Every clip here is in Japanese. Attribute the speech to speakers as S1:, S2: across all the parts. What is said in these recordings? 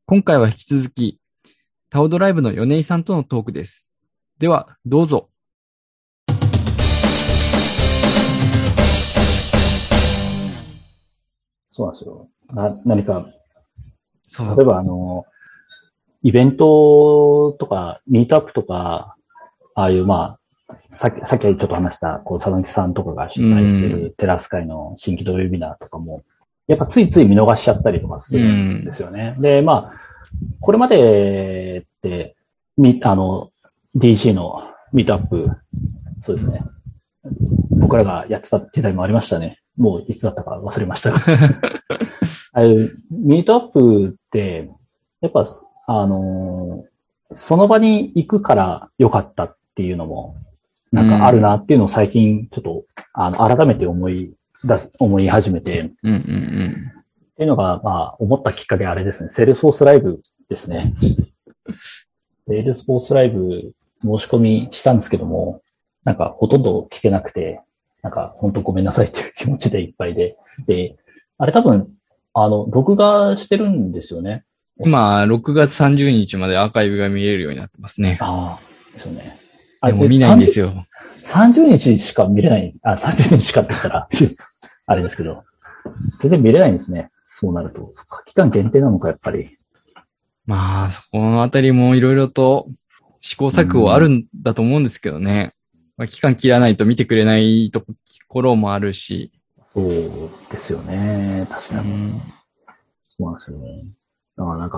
S1: 今回は引き続き、タオドライブの米井さんとのトークです。では、どうぞ。
S2: そうなんですよ。何か、
S1: そう。
S2: 例えばイベントとか、ミートアップとか、ああいうさっきちょっと話した、佐々木さんとかが主催してるテラス会の新規ウェビナーとかも、やっぱついつい見逃しちゃったりとかするんですよね。で、これまでって、DC のミートアップ、そうですね。僕らがやってた時代もありましたね。もういつだったか忘れましたが。ミートアップって、やっぱ、その場に行くから良かったっていうのも、なんかあるなっていうのを最近ちょっと、改めて思い始めて、っていうのが、思ったきっかけはあれですね。セールスフォースライブですね。セールスフォースライブ申し込みしたんですけども、なんかほとんど聞けなくて、なんか本当ごめんなさいっていう気持ちでいっぱいで。で、あれ多分、録画してるんですよね。
S1: 今、6月30日までアーカイブが見れるようになってますね。
S2: ああ、ですよね。
S1: でも見ないんですよ。
S2: 30日しか見れない、30日しかって言ったら、あれですけど、全然見れないんですね。そうなると。期間限定なのか、やっぱり。
S1: そこのあたりもいろいろと試行錯誤あるんだと思うんですけどね。期間切らないと見てくれないところもあるし。
S2: そうですよね。確かに。そうなんですよね。だからなんか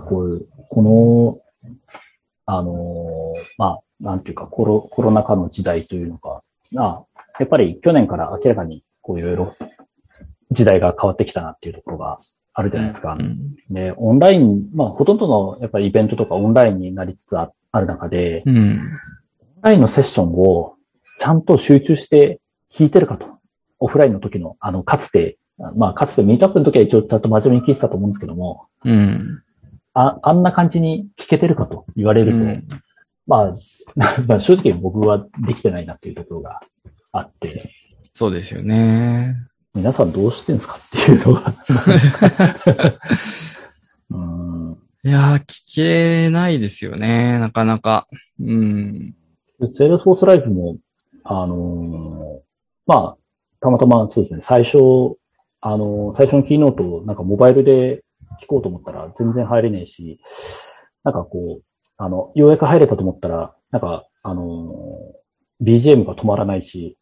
S2: なんていうかコロナ禍の時代というのか、やっぱり去年から明らかにいろいろ時代が変わってきたなっていうところがあるじゃないですか。で、オンライン、ほとんどのやっぱりイベントとかオンラインになりつつある中で、オンラインのセッションをちゃんと集中して聞いてるかと。オフラインの時の、かつてミートアップの時は一応ちゃんと真面目に聞いてたと思うんですけども、あんな感じに聞けてるかと言われると、正直僕はできてないなっていうところがあって。
S1: そうですよね。
S2: 皆さんどうしてんですかっていうのが
S1: いやー、聞けないですよね。なかなか。
S2: セールスフォースライフも、たまたまそうですね、最初のキーノートをなんかモバイルで聞こうと思ったら全然入れねえし、なんかようやく入れたと思ったら、なんか、BGM が止まらないし、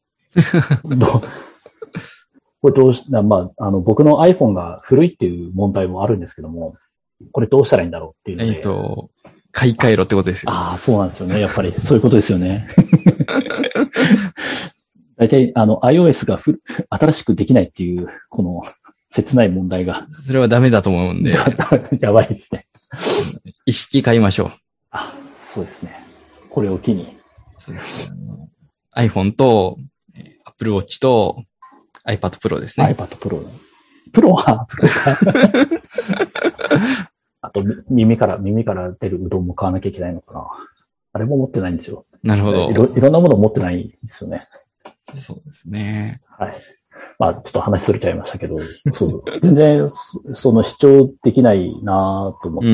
S2: これ僕の iPhone が古いっていう問題もあるんですけども、これどうしたらいいんだろうっていうので。
S1: 買い替えろってことですよ。
S2: そうなんですよね。やっぱりそういうことですよね。大体、iOS が新しくできないっていう、この切ない問題が。
S1: それはダメだと思うんで。
S2: やばいですね。
S1: 意識変えましょう。
S2: そうですね。これを機に。
S1: そうですね。iPhone と Apple Watch と iPad Pro ですね。
S2: iPad Pro。プロか。あと、耳から出るうどんも買わなきゃいけないのかな。あれも持ってないんですよ。
S1: なるほど。
S2: いろんなもの持ってないんですよね。
S1: そうですね。
S2: はい。ちょっと話それちゃいましたけど、全然、主張できないなと思って。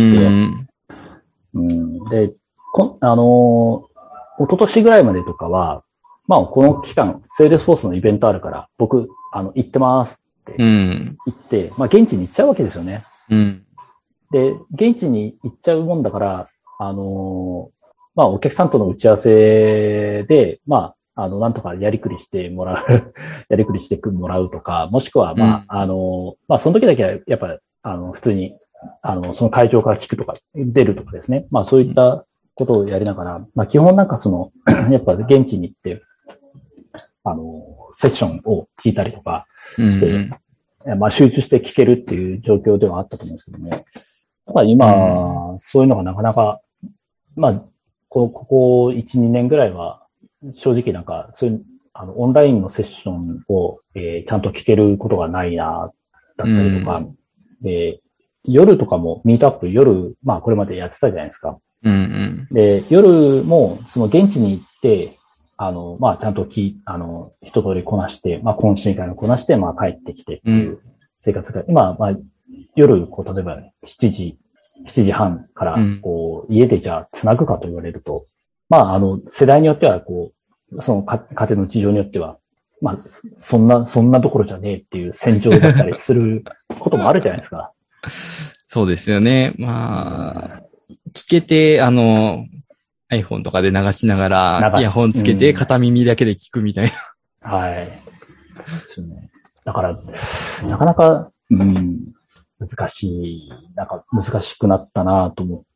S2: で、一昨年ぐらいまでとかは、この期間、セールスフォースのイベントあるから、僕、行ってますって言って、現地に行っちゃうわけですよね。で、現地に行っちゃうもんだから、お客さんとの打ち合わせで、なんとかやりくりしてもらうとか、もしくは、その時だけは、やっぱ、普通に、その会場から聞くとか、出るとかですね。そういったことをやりながら、基本なんかやっぱ現地に行って、セッションを聞いたりとかして、集中して聞けるっていう状況ではあったと思うんですけども、やっぱり今、そういうのがなかなか、ここ1、2年ぐらいは、正直なんか、そういう、オンラインのセッションを、ちゃんと聞けることがないな、だったりとか、で、夜とかも、ミートアップ夜、これまでやってたじゃないですか。で、夜も、その現地に行って、ちゃんと一通りこなして、懇親会をこなして、帰ってきてっていう生活が、今、夜、例えば7時 7時半から、こう、家でじゃあ繋ぐかと言われると、まあ、世代によっては、こう、その家庭の事情によっては、まあ、そんなどころじゃねえっていう戦場だったりすることもあるじゃないですか。
S1: そうですよね。まあ、聞けて、iPhone とかで流しながら、イヤホンつけて片耳だけで聞くみたい
S2: な。はい。ですよね。だから、なかなか、難しくなったなと思って、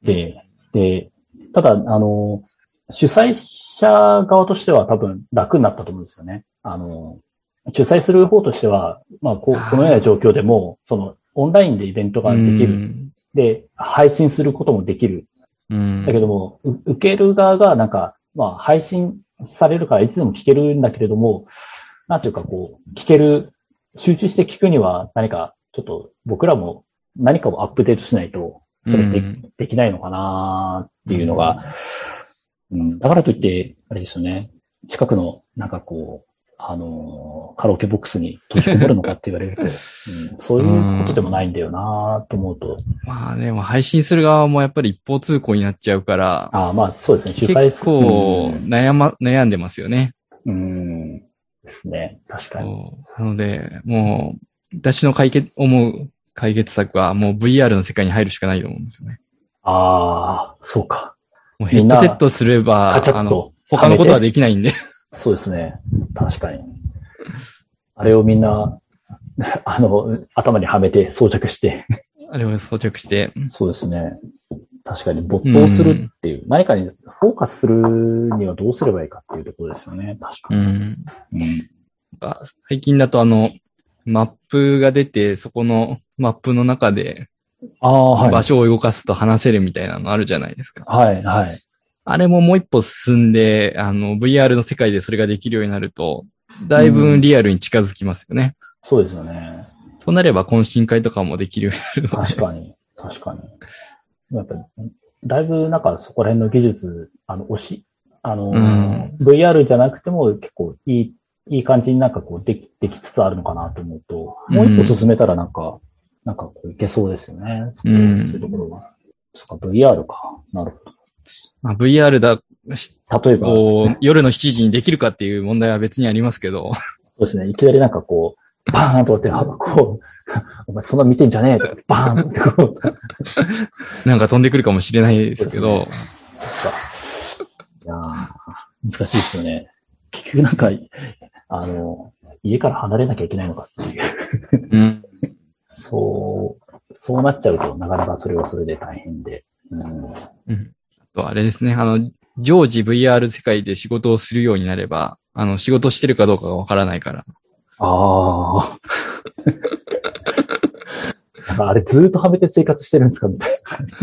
S2: で、ただ、主催者側としては多分楽になったと思うんですよね。主催する方としては、まあ、このような状況でも、オンラインでイベントができる。で、配信することもできる。だけども、受ける側がなんか、まあ、配信されるからいつでも聞けるんだけれども、なんていうかこう、集中して聞くには何か、ちょっと僕らも何かをアップデートしないと、それできないのかなっていうのが、だからといって、あれですよね。近くの、なんかこう、カラオケボックスに閉じこもるのかって言われると、そういうことでもないんだよなと思うと。
S1: まあでも配信する側もやっぱり一方通行になっちゃうから。
S2: まあそうですね。主催
S1: 結構悩んでますよね。
S2: ですね。確かに。
S1: なので、もう、私の思う解決策はもう VR の世界に入るしかないと思うんですよね。
S2: そうか。
S1: もうヘッドセットすれば、他のことはできないんで。
S2: そうですね。確かに。あれをみんな、頭にはめて装着して。
S1: あれを装着して。
S2: そうですね。確かに没頭するっていう、何かにフォーカスするにはどうすればいいかっていうところですよね。確かに。
S1: 最近だとマップが出て、そこのマップの中で、場所を動かすと話せるみたいなのあるじゃないですか。
S2: はい、はい。
S1: あれももう一歩進んで、VR の世界でそれができるようになると、だいぶリアルに近づきますよね。
S2: そうですよね。
S1: そうなれば懇親会とかもできるようになる。
S2: 確かに。やっぱり、だいぶなんかそこら辺の技術、VR じゃなくても結構いい感じになんかこうできつつあるのかなと思うと、もう一歩進めたらなんかこういけそうですよね。そういうところは。そっか、VR か。なるほど。
S1: VR
S2: 例えば、
S1: 夜の7時にできるかっていう問題は別にありますけど。
S2: そうですね。いきなりなんかこう、バーンとって、こう、お前そんな見てんじゃねえとか、バーンってこう。
S1: なんか飛んでくるかもしれないですけど。
S2: いや難しいですよね。結局なんか、家から離れなきゃいけないのかっていう。そうなっちゃうと、なかなかそれはそれで大変で。
S1: あとあれですね。常時 VR 世界で仕事をするようになれば、仕事してるかどうかがわからないから。
S2: なんかあれずーっとはめて生活してるんですかみたい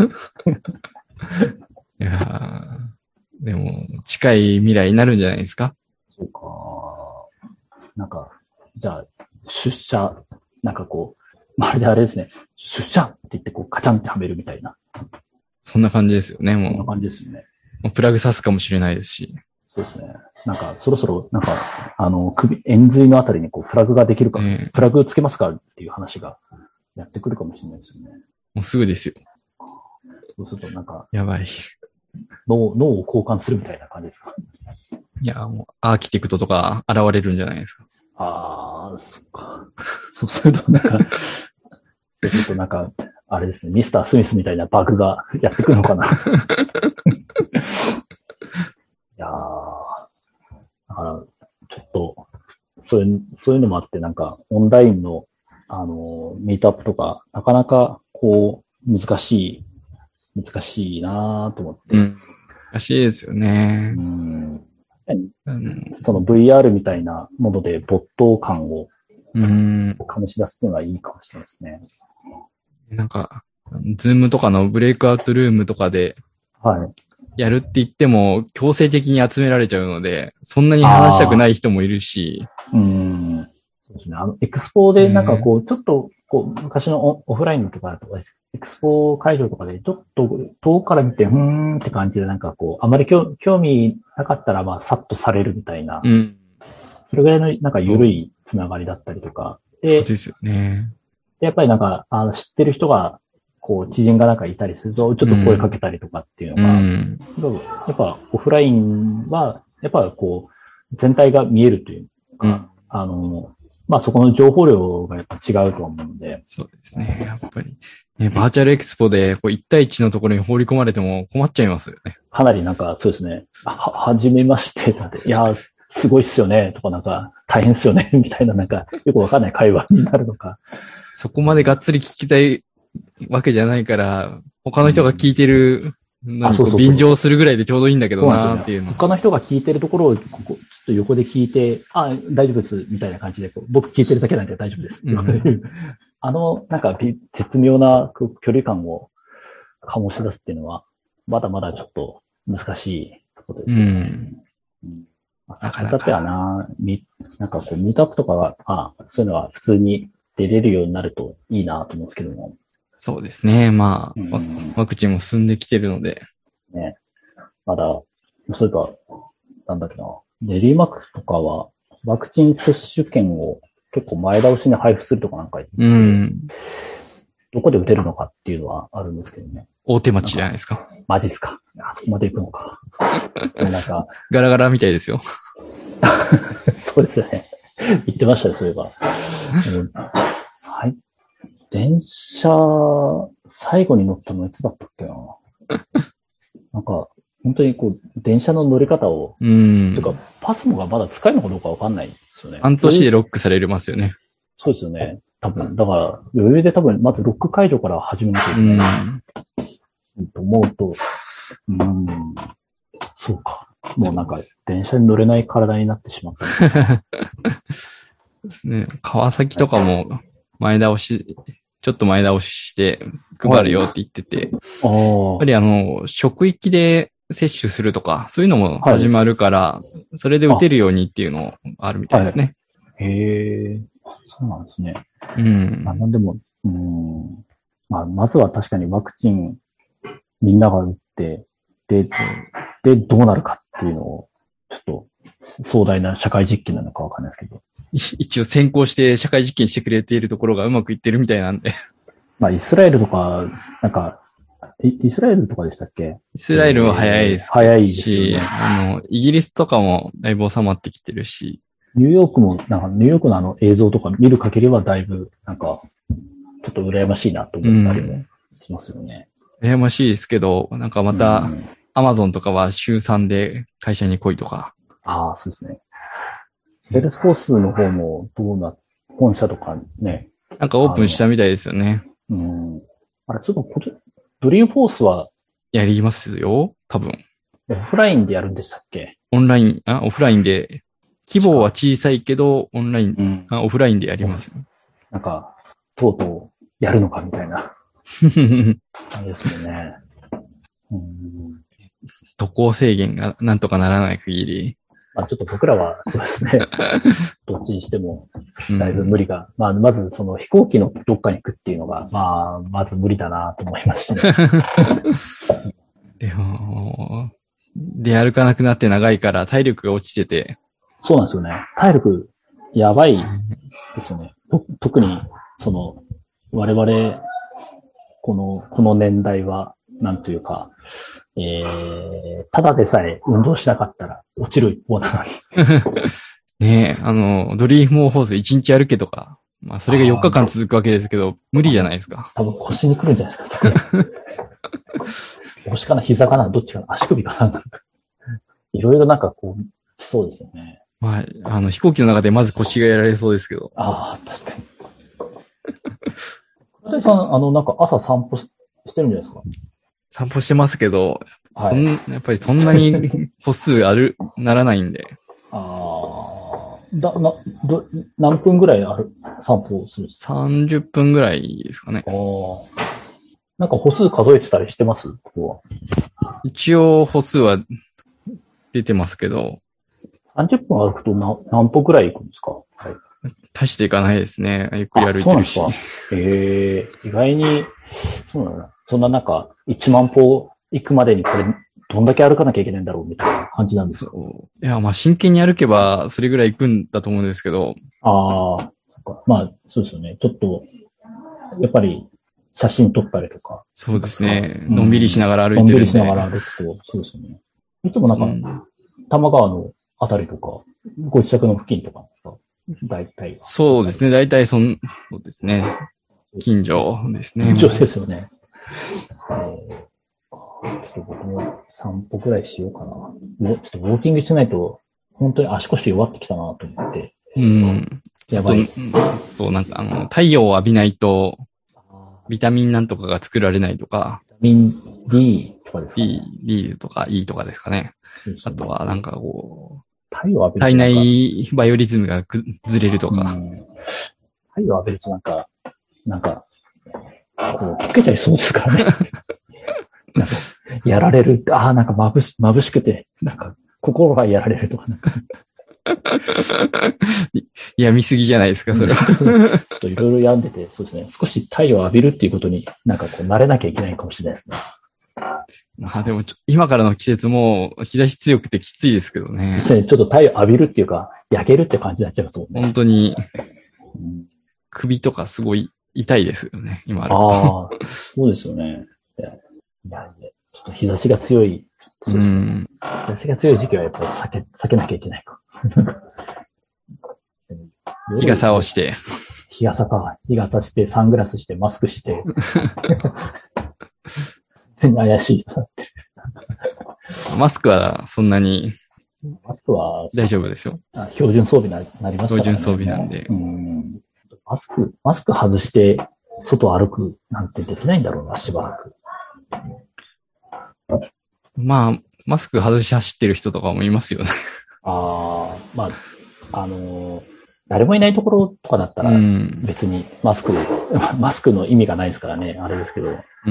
S1: な。いやでも、近い未来になるんじゃないですか？
S2: そうか。なんか、じゃあ、出社、なんかこう、まるであれですね。出社って言ってこうカチャンってはめるみたいな。
S1: そんな感じですよね、もう。
S2: そんな感じですよね。
S1: プラグ刺すかもしれないですし。
S2: そうですね。なんか、そろそろ、なんか、円髄のあたりにこう、プラグができるか、プラグつけますかっていう話がやってくるかもしれないですよね。
S1: もうすぐですよ。
S2: そうするとなんか、
S1: やばい。
S2: 脳を交換するみたいな感じですか？
S1: いや、もう、アーキテクトとか現れるんじゃないですか。
S2: そっか。そうするとなんか、あれですね、ミスター・スミスみたいなバグがやってくるのかな。いやだから、ちょっと、そういうのもあって、なんか、オンラインの、ミートアップとか、なかなか、こう、難しいなと思って。
S1: 難しいですよね。
S2: その VR みたいなもので没頭感を醸し出すっていうのはいいかもしれないですね。
S1: なんか、ズームとかのブレイクアウトルームとかで、やるって言っても強制的に集められちゃうので、そんなに話したくない人もいるし。
S2: そうですね。エクスポでなんかこう、ちょっと、こう、昔のオフラインとか、エクスポ会場とかで、ちょっと遠くから見て、って感じで、なんかこう、あまり興味なかったら、まあ、さっとされるみたいな。それぐらいの、なんか緩いつながりだったりとか。
S1: そうですよね。
S2: で、やっぱりなんか、知ってる人が、 こう、知人がなんかいたりすると、ちょっと声かけたりとかっていうのが、やっぱオフラインは、やっぱこう、全体が見えるというか、まあそこの情報量がやっぱ違うと思うので。
S1: そうですね。やっぱり。ね、バーチャルエクスポでこう1対1のところに放り込まれても困っちゃいますよね。
S2: かなりなんかそうですね。はじめましてだって、いや、すごいっすよね、とかなんか、大変っすよね、みたいななんか、よくわかんない会話になるのか。
S1: そこまでがっつり聞きたいわけじゃないから、他の人が聞いてる、便乗するぐらいでちょうどいいんだけどなっていうの。
S2: 他の人が聞いてるところを、ちょっと横で聞いて、大丈夫です、みたいな感じで、僕聞いてるだけなんで大丈夫です。なんか、絶妙な距離感を醸し出すっていうのは、まだまだちょっと難しいところですね。なかなか。なんかこう、ミートアップとかは、そういうのは普通に出れるようになるといいなと思うんですけども。
S1: そうですね。まあ、ワクチンも進んできてるので。
S2: ね。まだ、そういえば、なんだっけな。練馬区とかは、ワクチン接種券を結構前倒しに配布するとかなんか言って、どこで打てるのかっていうのはあるんですけどね。
S1: 大手町じゃないですか。
S2: マジっすか。あそこまで行くのか。なんか。
S1: ガラガラみたいですよ。
S2: そうですよね。言ってましたね、そういえば。電車、最後に乗ったのいつだったっけな。なんか、本当にこう、電車の乗り方を、というか、パスモがまだ使えるのかどうかわかんないですよね。
S1: 半年でロックされますよね。
S2: そうですよね。多分、だから、余裕で多分、まずロック解除から始めなきゃいけないと思うと、そうか。もうなんか、電車に乗れない体になってしまった。
S1: ですね。川崎とかも、ちょっと前倒しして配るよって言ってて、やっぱり職域で接種するとか、そういうのも始まるから、それで打てるようにっていうのあるみたいですね。
S2: へえ、そうなんですね。なんでも、まずは確かにワクチンみんなが打って、で、どうなるかっていうのを、ちょっと壮大な社会実験なのかわかんないですけど。
S1: 一応先行して社会実験してくれているところがうまくいってるみたいなんで。
S2: まあ、イスラエルとか、なんか、イスラエルとかでしたっけ？
S1: イスラエルは早いですし、
S2: 早いですよね。
S1: イギリスとかもだいぶ収まってきてるし。
S2: ニューヨークも、なんかニューヨークの映像とか見る限りはだいぶ、なんか、ちょっと羨ましいなと思ったりもしますよね。
S1: 羨ましいですけど、なんかまた、アマゾンとかは週3で会社に来いとか。
S2: ああ、そうですね。セールスフォースの方も本社とかね。
S1: なんかオープンしたみたいですよね。
S2: あれ、ちょっとドリームフォースは
S1: やりますよ、多分。
S2: オフラインでやるんでしたっけ？
S1: オフラインで。規模は小さいけど、オフラインでやります。
S2: なんか、とうとうやるのかみたいな。感じですよね。
S1: 渡航制限がなんとかならない限り。
S2: まあちょっと僕らはそうですね。どっちにしても、だいぶ無理が。まずその飛行機のどっかに行くっていうのが、まず無理だなと思いますしね。
S1: でも、出歩かなくなって長いから体力が落ちてて。
S2: そうなんですよね。体力、やばいですよね。特に、我々、この年代は、なんというか、ただでさえ運動しなかったら落ちる一方なのに。
S1: ねえ、ドリームフォース1日やるけとか、まあそれが4日間続くわけですけど、無理じゃないですか。
S2: 多分腰に来るんじゃないですか。腰かな、膝かな、どっちかな、足首かな。いろいろなんかこう、来そうですよね。
S1: まあ、飛行機の中でまず腰がやられそうですけど。
S2: ああ、確かに。小谷さん、なんか朝散歩してるんじゃないですか？
S1: 散歩してますけど、やっぱりそんなに歩数ならないんで。
S2: 何分ぐらい散歩するんですか
S1: ？30分ぐらいですかね。
S2: なんか歩数数えてたりしてます？ここ
S1: は。一応歩数は出てますけど。
S2: 30分歩くと何歩ぐらい行くんですか？はい。
S1: 大していかないですね。ゆっくり歩いてるし。
S2: そうなんですか。意外に、そうなんだ。そんななんか、1万歩行くまでにこれ、どんだけ歩かなきゃいけないんだろうみたいな感じなんですか？
S1: いや、まあ真剣に歩けば、それぐらい行くんだと思うんですけど。
S2: まあ、そうですよね。ちょっと、やっぱり、 写真撮ったりとか。
S1: そうですね。のんびりしながら歩いてるんで。
S2: のんびりしながら歩くと、そうですね。いつもなんか、多摩川のあたりとか、ご自宅の付近とかですか？大体。
S1: そうですね。大体そうですね。近所ですね。
S2: 近所ですよね。ちょっと僕も散歩くらいしようかな。ちょっとウォーキングしないと、本当に足腰弱ってきたなと思って。やばい。
S1: なんか太陽を浴びないと、ビタミンなんとかが作られないとか。
S2: ビタミン D とかですかね。
S1: D とか E とかですかね。あとはなんかこう、
S2: 体
S1: 内バイオリズムがずれるとか。
S2: 太陽浴びるとなんか、こう、溶けちゃいそうですからね。なんかやられる。なんか眩しくて、なんか、心がやられるとか、なんか。
S1: いや、見すぎじゃないですか、それは。
S2: ちょっといろいろ病んでて、そうですね。少し太陽を浴びるっていうことになんかこう、慣れなきゃいけないかもしれないですね。
S1: まあでも今からの季節も日差し強くてきついですけどね。
S2: ちょっと太陽浴びるっていうか、焼けるって感じになっちゃいますもんね。
S1: 本当に、首とかすごい痛いですよね、今歩くと。
S2: そうですよね。ちょっと日差しが強い。そうですね。日差しが強い時期はやっぱり避けなきゃいけないか。
S1: 日傘をして。
S2: 日傘して、サングラスして、マスクして。全然怪しいとなってる。
S1: マスクはそんなに。
S2: マスクは
S1: 大丈夫ですよ。
S2: 標準装備になりますからね。
S1: 標準装備なんで。
S2: マスク外して外歩くなんてできないんだろうな、しばらく。
S1: まあ、マスク外し走ってる人とかもいますよね。
S2: まあ、誰もいないところとかだったら、別にマスクの意味がないですからね、あれですけど。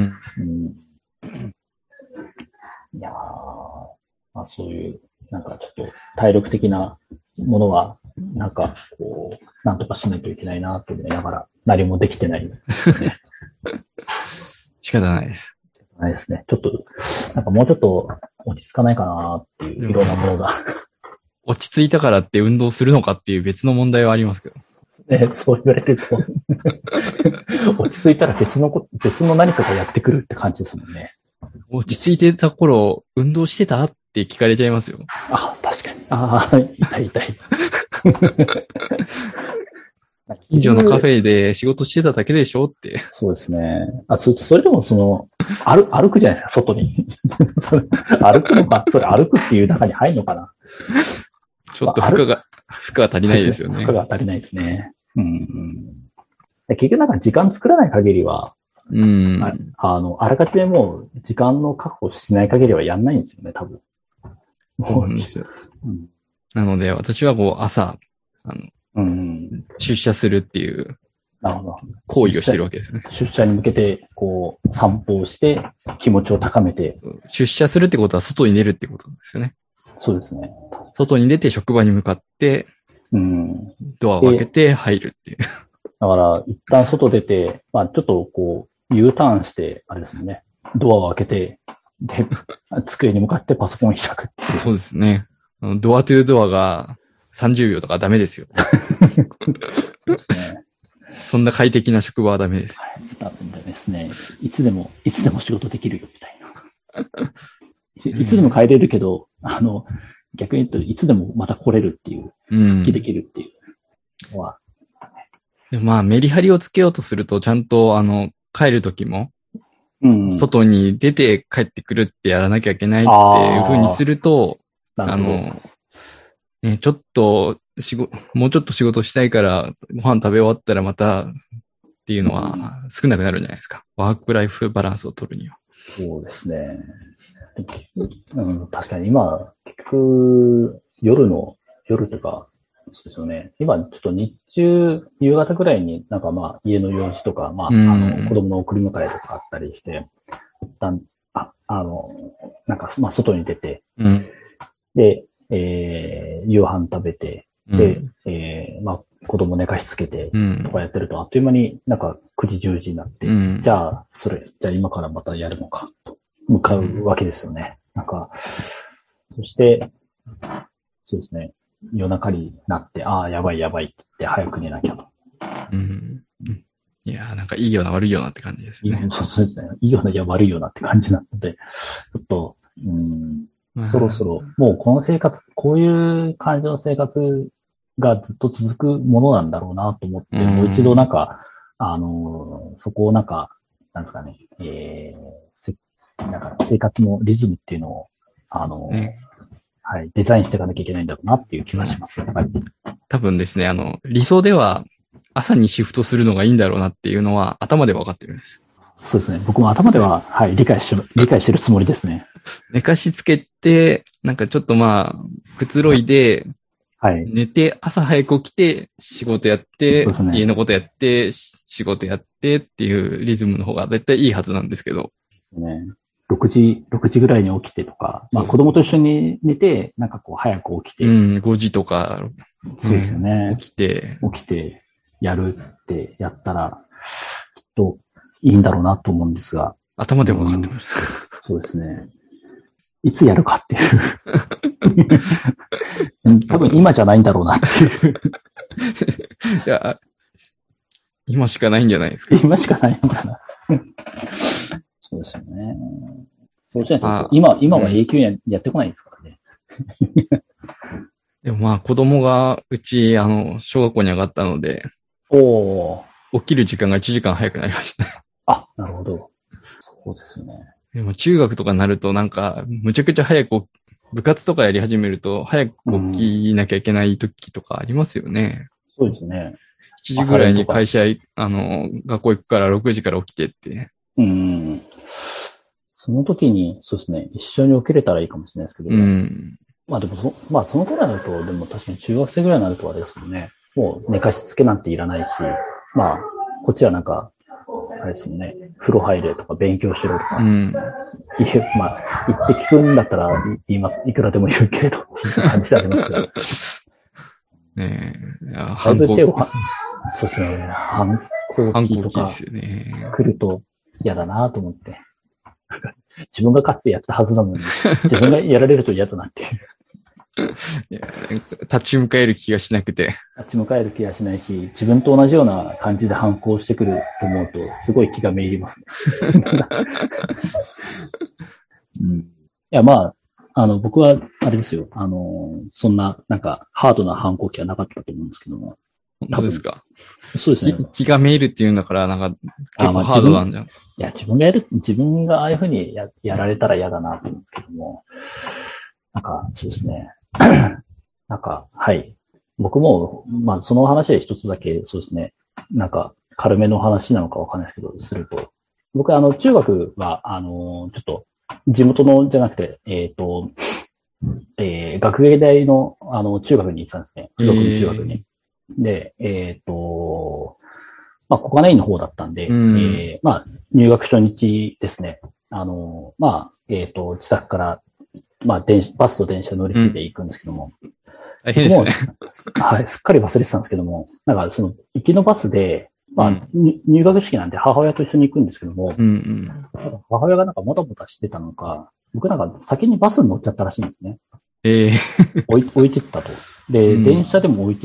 S2: いやまあそういう、なんかちょっと体力的なものは、なんかこう、なんとかしないといけないなと思いながら、何もできてないですね。
S1: 仕方ないです。
S2: ないですね。ちょっと、なんかもうちょっと落ち着かないかなっていう、いろんなものが。落
S1: ち着いたからって運動するのかっていう別の問題はありますけど。
S2: そう言われてると。落ち着いたら別の何かがやってくるって感じですもんね。
S1: 落ち着いてた頃、運動してたって聞かれちゃいますよ。
S2: 確かに。痛い。
S1: 近所のカフェで仕事してただけでしょって。
S2: そうですね。それでも歩くじゃないですか、外に。歩くのか、それ歩くっていう中に入るのかな。
S1: ちょっと負荷が足りないですよね。
S2: 負荷が足りないですね。結局なんか時間作らない限りは、あらかじめもう時間の確保しない限りはやんないんですよね、多分。
S1: そうなんですよ。なので、私はこう朝、出社するっていう、行為をしてるわけですね。
S2: 出社に向けて、こう、散歩をして、気持ちを高めて。
S1: 出社するってことは外に出るってことですよね。
S2: そうですね。
S1: 外に出て職場に向かって、ドアを開けて入るっていう。
S2: だから、一旦外出て、まあちょっとこう、U ターンして、あれですもんね。ドアを開けて、で、机に向かってパソコンを開くっていう。
S1: そうですね。ドアトゥードアが30秒とかダメですよ。そうですね。そんな快適な職場はダメです。
S2: ダメですね。いつでも仕事できるよ、みたいな。いつでも帰れるけど、逆に言うといつでもまた来れるっていう、復帰できるっていうのは。
S1: まあ、メリハリをつけようとすると、ちゃんと、帰るときも、外に出て帰ってくるってやらなきゃいけないっていう風にすると、ね、ちょっと、もうちょっと仕事したいからご飯食べ終わったらまたっていうのは少なくなるんじゃないですか。ワークライフバランスを取るには。
S2: そうですね。確かに今、結局、夜とか、そうですよね。今、ちょっと日中、夕方ぐらいになんかまあ家の用事とか、まあ、子供の送り迎えとかあったりして、一旦、なんかまあ外に出て、で、夕飯食べて、で、まあ子供寝かしつけてとかやってると、あっという間になんか9時10時になって、じゃあ今からまたやるのか、と向かうわけですよね。なんか、そして、そうですね。夜中になって、やばいって言って早く寝なきゃと。
S1: いやー、なんかいいような悪いようなって感じですね。
S2: そうですね。いいような、いや悪いようなって感じなので、ちょっと、そろそろ、もうこの生活、こういう感じの生活がずっと続くものなんだろうなと思って、もう一度なんか、そこをなんか、なんですかね、なんか生活のリズムっていうのを、はい、デザインしていかなきゃいけないんだろうなっていう気がします。はい、
S1: 多分ですね、理想では朝にシフトするのがいいんだろうなっていうのは頭で分かってるんです。
S2: そうですね。僕も頭では、はい、理解してるつもりですね。
S1: 寝かしつけて、なんかちょっとまあ、くつろいで、はい。寝て、朝早く起きて、仕事やって、ね、家のことやって、仕事やってっていうリズムの方が絶対いいはずなんですけど。
S2: ね、6時ぐらいに起きてとか、まあ子供と一緒に寝て、なんかこう早く起きて。
S1: 5時とか。
S2: そうですよね。
S1: 起きて、
S2: やるってやったら、きっといいんだろうなと思うんですが。
S1: 頭でも分かってます。
S2: そうですね。いつやるかっていう多分今じゃないんだろうなっていう
S1: いや、今しかないんじゃないですか。
S2: 今しかないのかな。そうですよね。そうじゃないと、今は永久にやってこないですからね。
S1: でもまあ子供がうち、小学校に上がったので、起きる時間が1時間早くなりました。
S2: あ、なるほど。そうですよね。
S1: でも中学とかになるとなんか、むちゃくちゃ早く、部活とかやり始めると早く起きなきゃいけない時とかありますよね。
S2: そうですね。
S1: 7時ぐらいに会社、学校行くから6時から起きてって。
S2: その時に、そうですね、一緒に起きれたらいいかもしれないですけど、まあでもその頃になると、でも確かに中学生ぐらいになるとあれですもんね。もう寝かしつけなんていらないし、まあ、こっちはなんか、あれですもんね、風呂入れとか勉強しろとか、まあ、言って聞くんだったら言います。いくらでも言うけれどっていう感じでありますが。
S1: ねえ、
S2: そうですね、反抗期とか来ると嫌だなと思って。自分がかつてやったはずなのに、自分がやられると嫌だなっていう。
S1: いや、立ち向かえる気がしなくて。
S2: 立ち向かえる気がしないし、自分と同じような感じで反抗してくると思うと、すごい気がめいりますね。いや、まあ、僕は、あれですよ。そんな、なんか、ハードな反抗期はなかったと思うんですけども。
S1: 本当ですか？
S2: そうですね。
S1: 気がめいるっていうんだから、なんか、結構ハードなんじゃん。
S2: いや、自分がああいうふうにやられたら嫌だなと思うんですけども。なんか、そうですね。なんか、はい。僕も、まあ、その話で一つだけ、そうですね。なんか、軽めの話なのかわかんないですけど、すると。僕中学は、ちょっと、地元のじゃなくて、学芸大の、中学に行ってたんですね。付属の中学に。で、まあ、小金井の方だったんで、まあ、入学初日ですね。まあ、自宅から、まあ、バスと電車乗り継いで行くんですけども。
S1: 大変ですね。
S2: はい、すっかり忘れてたんですけども、なんかその、行きのバスで、まあ、入学式なんで母親と一緒に行くんですけども、母親がなんかもたもたしてたのか、僕なんか先にバスに乗っちゃったらしいんですね。置いてったと。で、電車でも置いてって、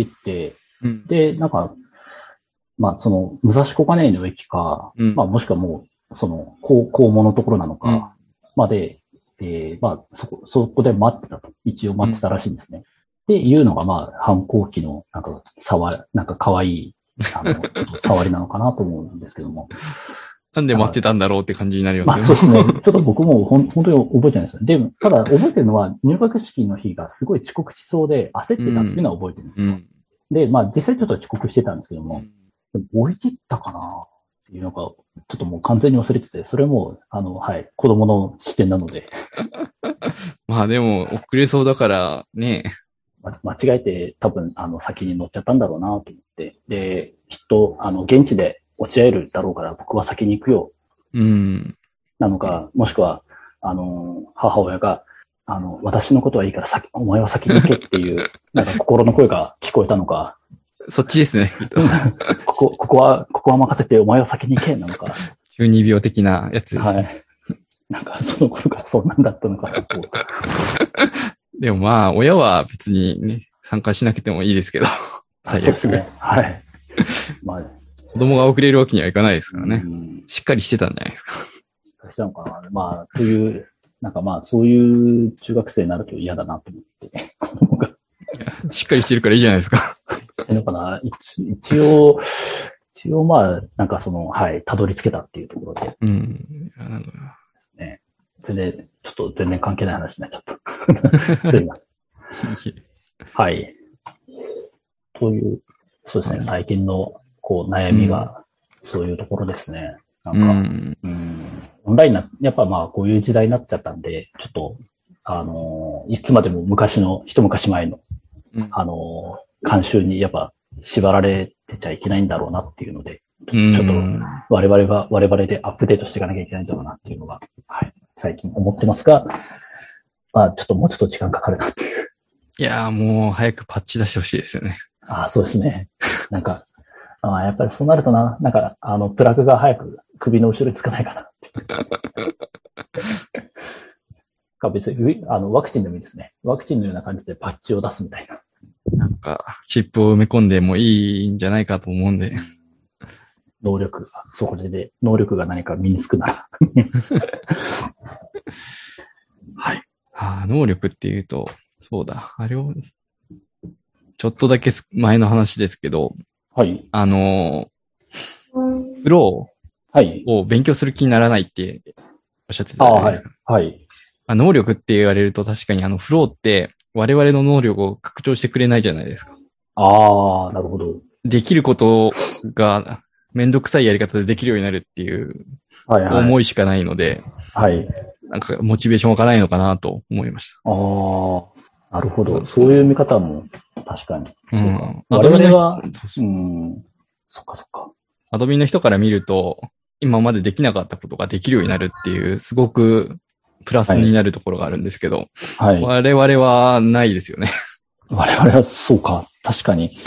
S2: で、なんか、まあ、その、武蔵小金井の駅か、まあ、もしくはもう、その、校門のところなのか、まで、まあ、そこで待ってたと。一応待ってたらしいんですね。っていうのが、まあ、反抗期の、なんか可愛い、触りなのかなと思うんですけども。
S1: なんで待ってたんだろうって感じになります
S2: ね。まあ、そうですね。ちょっと僕も本当に覚えてないですよ。でも、ただ覚えてるのは、入学式の日がすごい遅刻しそうで焦ってたっていうのは覚えてるんですよ。で、まあ、実際ちょっと遅刻してたんですけども、置いてったかなっていうのが、ちょっともう完全に忘れてて、それも、はい、子供の視点なので。
S1: まあでも、遅れそうだからね。
S2: 間違えて多分、先に乗っちゃったんだろうなと思って。で、きっと、現地で落ち合えるだろうから僕は先に行くよ。なのか、もしくは、母親が、私のことはいいからお前は先に行けっていう、なんか心の声が聞こえたのか。
S1: そっちですね。
S2: ここは任せてお前は先に行けなのか。
S1: 中二病的なやつですね。はい。
S2: なんかその頃からそんなんだったのかなと。
S1: でもまあ、親は別にね、参加しなくてもいいですけど。
S2: 最悪ですね。はい。まあ、
S1: 子供が遅れるわけにはいかないですからね。しっかりしてたんじゃないですか。し
S2: っかりしたのかな。まあ、という、なんかまあ、そういう中学生になると嫌だなと思って、子供が。
S1: しっかりしてるからいいじゃないですか。
S2: のかな。一応まあ、なんかはい、たどり着けたっていうところで。
S1: うん。
S2: ね、それで、ちょっと全然関係ない話になっちゃった。すいません。はい。という、そうですね、最近の、悩みが、そういうところですね。なんか、オンラインやっぱまあ、こういう時代になっちゃったんで、ちょっと、いつまでも一昔前の、慣習にやっぱ縛られてちゃいけないんだろうなっていうので、ちょっと我々でアップデートしていかなきゃいけないんだろうなっていうのが、はい、最近思ってますが、まあ、もうちょっと時間かかるなっていう。
S1: いやーもう早くパッチ出してほしいですよね。
S2: そうですね。なんか、やっぱりそうなるとな、なんか、プラグが早く首の後ろにつかないかなって。別に、ワクチンでもいいですね。ワクチンのような感じでパッチを出すみたいな。
S1: なんか、チップを埋め込んでもいいんじゃないかと思うんで。
S2: 能力が何か身につくなら。はい。
S1: 能力っていうと、そうだ、あれを、ちょっとだけ前の話ですけど、
S2: はい。
S1: フロ
S2: ー
S1: を勉強する気にならないっておっしゃってたじゃないですか。
S2: はい。
S1: 能力って言われると確かにフローって我々の能力を拡張してくれないじゃないですか。
S2: なるほど。
S1: できることがめんどくさいやり方でできるようになるっていう思いしかないので、
S2: はい。
S1: なんかモチベーション湧かないのかなと思いました。
S2: なるほど。そういう見方も確かに。
S1: アドミの人、
S2: そっか。
S1: アドミの人から見ると、今までできなかったことができるようになるっていう、すごくプラスになるところがあるんですけど、
S2: はい。
S1: 我々はないですよね。
S2: 我々はそうか。確かに。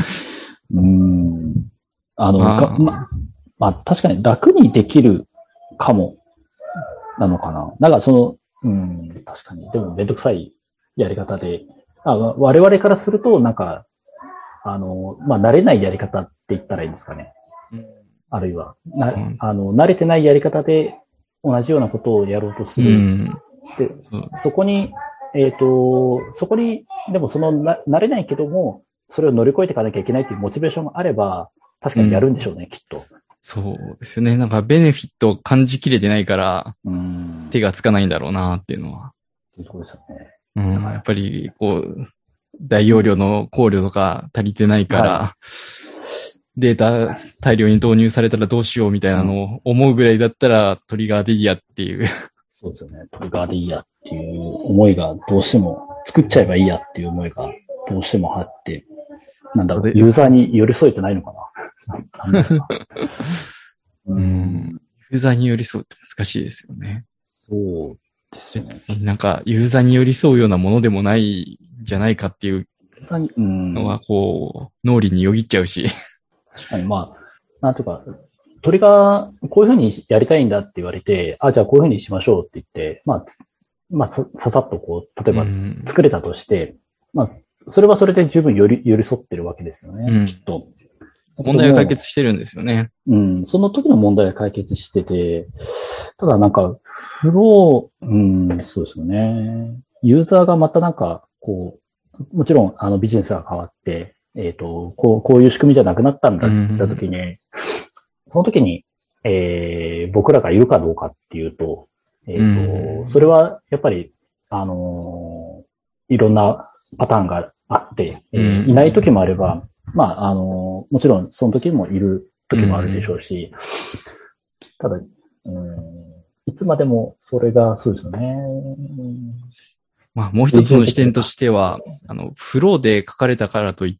S2: 確かに楽にできるかも、なのかな。なんか確かに。でもめんどくさいやり方で、我々からすると、なんか、慣れないやり方って言ったらいいんですかね。あるいは、慣れてないやり方で同じようなことをやろうとする。で、そこに、でも慣れないけども、それを乗り越えていかなきゃいけないっていうモチベーションがあれば、確かにやるんでしょうね、きっと。
S1: そうですよね。なんかベネフィットを感じきれてないから、手がつかないんだろうなっていうのは。
S2: そうですよね。
S1: やっぱり、大容量の考慮とか足りてないから、データ大量に導入されたらどうしようみたいなのを思うぐらいだったらトリガーでいいやっていう。
S2: そうですよね。トリガーでいいやっていう思いがどうしても、作っちゃえばいいやっていう思いがどうしてもあって、なんだろう、ユーザーに寄り添えてないのかな。
S1: ユーザーに寄り添うって難しいですよね。
S2: そうですよね。
S1: 別になんかユーザーに寄り添うようなものでもないんじゃないかっていうのは脳裏によぎっちゃうし。
S2: 確かになんとか、トリガー、こういうふうにやりたいんだって言われて、じゃあこういうふうにしましょうって言って、ささっと例えば作れたとして、それはそれで十分寄り添ってるわけですよね、きっと。
S1: 問題は解決してるんですよね。
S2: その時の問題は解決してて、ただなんか、フロー、そうですよね。ユーザーがまたなんか、もちろんビジネスが変わって、こういう仕組みじゃなくなったんだって言った時に、その時に、僕らがいるかどうかっていうと、それはやっぱり、いろんなパターンがあって、いない時もあれば、もちろんその時もいる時もあるでしょうし、ただ、いつまでもそれがそうですよね。
S1: もう一つの視点としては、フローで書かれたからといって、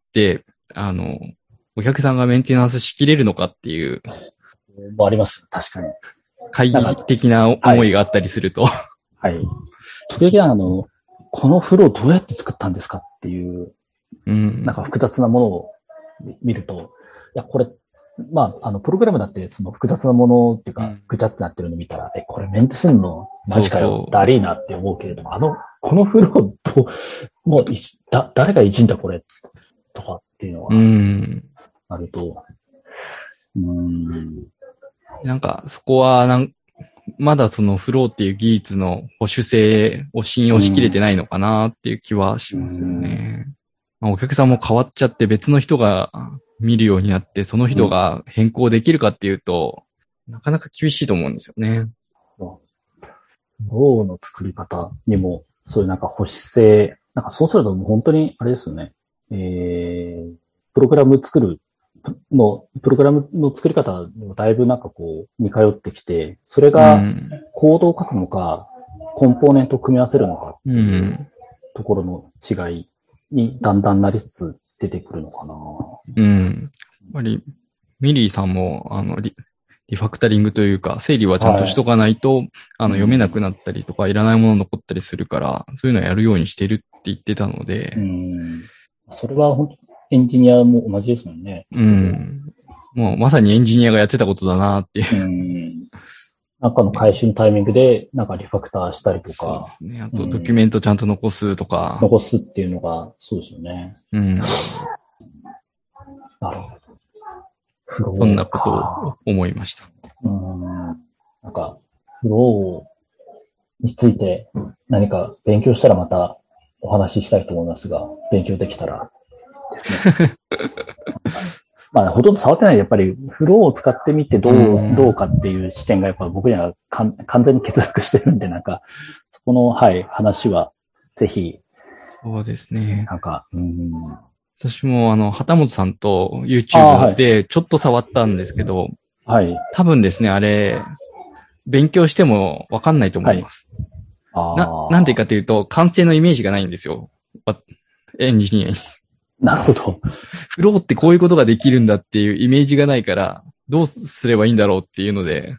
S1: お客さんがメンテナンスしきれるのかっていう。
S2: もあります。確かに。
S1: 会議的な思いがあったりすると。
S2: はい。時々このフローどうやって作ったんですかっていう、なんか複雑なものを見ると、いや、これ、プログラムだってその複雑なものっていうか、ぐちゃってなってるの見たら、これメンテすんのマジかよ、ダリーなって思うけれども、このフローと、もう誰がいじんだこれ、とかっていうのは、あると、
S1: なんか、そこはまだそのフローっていう技術の保守性を信用しきれてないのかなっていう気はしますよね。お客さんも変わっちゃって別の人が見るようになって、その人が変更できるかっていうと、なかなか厳しいと思うんですよね。
S2: フローの作り方にも、そういうなんか保守性、なんかそうするともう本当にあれですよね。プログラムの作り方もだいぶなんかこう似通ってきて、それがコードを書くのか、コンポーネントを組み合わせるのかっていうところの違いにだんだんなりつつ出てくるのかな。
S1: やっぱりミリーさんもリファクタリングというか、整理はちゃんとしとかないと、読めなくなったりとか、いらないもの残ったりするから、そういうのをやるようにしてるって言ってたので。
S2: それは本当エンジニアも同じですもんね。
S1: もうまさにエンジニアがやってたことだなっていう。
S2: なんかの回収のタイミングで、なんかリファクターしたりとか。
S1: そうですね。あと、ドキュメントちゃんと残すとか。
S2: 残すっていうのが、そうですよね。なるほど。
S1: そんなことを思いました。
S2: なんか、フローについて何か勉強したらまたお話ししたいと思いますが、勉強できたらですね。まあ、ほとんど触ってないで、やっぱりフローを使ってみてどうかっていう視点がやっぱ僕には完全に欠落してるんで、なんか、そこの、話はぜひ。
S1: そうですね。
S2: なんか、
S1: 私も畑本さんと YouTube でちょっと触ったんですけど、多分ですね、あれ、勉強してもわかんないと思います。なんでかというと、完成のイメージがないんですよ。エンジニアに。
S2: なるほど。
S1: フローってこういうことができるんだっていうイメージがないから、どうすればいいんだろうっていうので。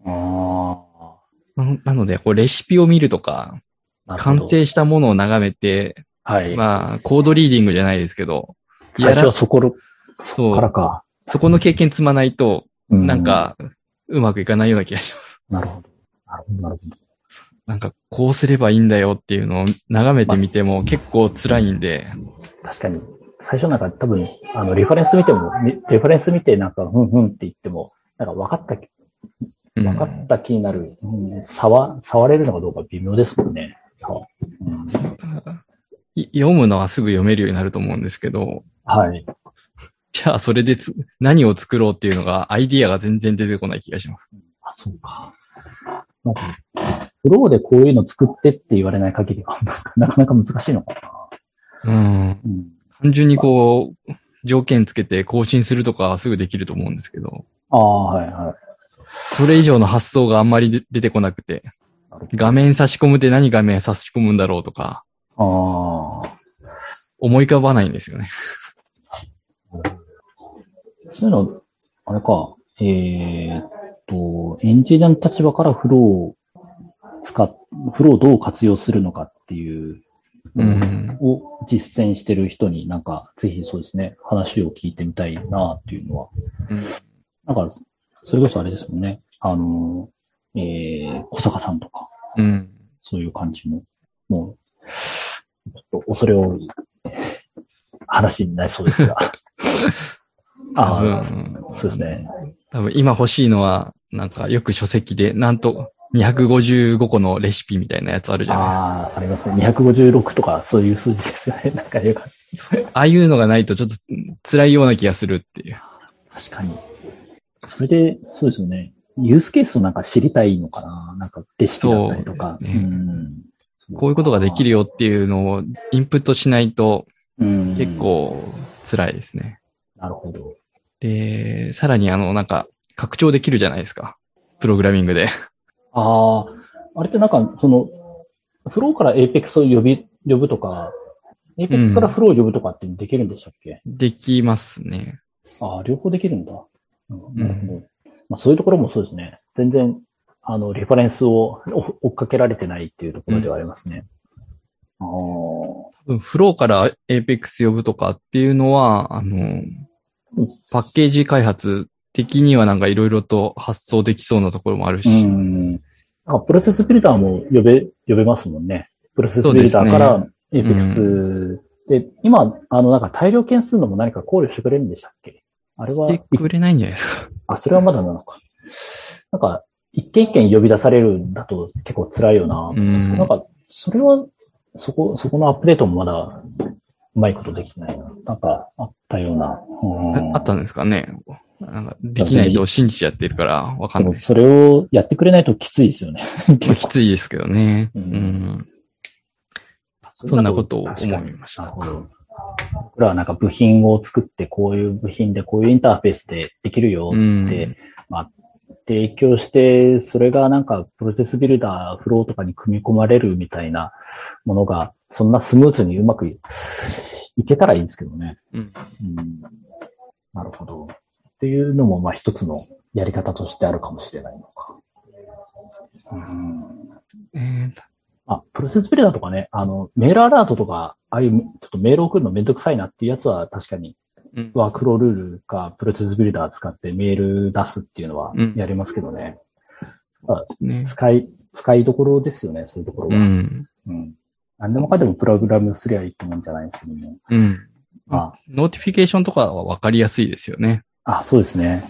S1: なので、こうレシピを見るとか、完成したものを眺めて、まあ、コードリーディングじゃないですけど、
S2: 最初はそこからか。
S1: そこの経験積まないと、なんか、うまくいかないような気がします。
S2: なるほど。
S1: なんか、こうすればいいんだよっていうのを眺めてみても結構辛いんで。
S2: 確かに。最初なんか多分、リファレンス見てなんか、って言っても、なんか分かった気になる。触れるのかどうか微妙ですもんね。
S1: 読むのはすぐ読めるようになると思うんですけど。じゃあ、それで何を作ろうっていうのが、アイディアが全然出てこない気がします。
S2: そうか。なんかフローでこういうの作ってって言われない限りは、なかなか難しいのかな。
S1: 単純にこう、条件つけて更新するとかはすぐできると思うんですけど。それ以上の発想があんまり出てこなくて。画面差し込むって何画面差し込むんだろうとか。思い浮かばないんですよね。
S2: そういうの、あれか、エンジニアの立場からフローをどう活用するのかっていうのを実践してる人になんか、ぜひそうですね、話を聞いてみたいなっていうのは。なんか、それこそあれですもんね。小坂さんとか。そういう感じの、もう、ちょっと恐れ多い話になりそうですが。そうですね。
S1: 多分今欲しいのは、なんかよく書籍で、なんと255個のレシピみたいなやつあるじゃないですか。
S2: ありますね。256とかそういう数字ですよね。なんかよく。
S1: ああいうのがないとちょっと辛いような気がするっていう。
S2: 確かに。それで、そうですよね。ユースケースをなんか知りたいのかな。なんかレシピだったりとか。
S1: そうですね。こういうことができるよっていうのをインプットしないと結構辛いですね。
S2: なるほど。
S1: で、さらになんか拡張できるじゃないですか。プログラミングで。
S2: あれってなんか、フローから Apex を呼ぶとか、Apex からフローを呼ぶとかってできるんでしたっけ？
S1: できますね。
S2: 両方できるんだ。なるほど。まあそういうところもそうですね。全然、リファレンスを追っかけられてないっていうところではありますね。
S1: 多分フローから Apex 呼ぶとかっていうのは、パッケージ開発的にはなんかいろいろと発想できそうなところもあるし。
S2: プロセスビルダーも呼べますもんね。プロセスビルダーから Apex で、今、なんか大量件数のも何か考慮してくれるんでしたっけ？ あれは。
S1: 来てくれないんじゃないですか。
S2: あ、それはまだなのか。なんか、一件一件呼び出されるんだと結構辛いよな。なんか、それは、そこのアップデートもまだ、うまいことできてないな。なんか、あったような。
S1: あったんですかね。なんかできないと信じちゃってるからわかんない。
S2: それをやってくれないときついですよね。
S1: まあ、きついですけどね。そんなことを思いました。
S2: なるほど。僕らはなんか部品を作って、こういう部品でこういうインターフェースでできるよって、まあ、提供して、それがなんかプロセスビルダー、フローとかに組み込まれるみたいなものが、そんなスムーズにうまくいけたらいいんですけどね。なるほど。っていうのも、まあ一つのやり方としてあるかもしれないのか。プロセスビルダーとかね、メールアラートとか、ああいうちょっとメール送るのめんどくさいなっていうやつは確かに、ワークフロールールかプロセスビルダー使ってメール出すっていうのはやりますけどね。使いどころですよね、そういうところは。何でもかんでもプログラムすりゃいいってもんじゃないですけども。
S1: ノーティフィケーションとかはわかりやすいですよね。
S2: そうですね。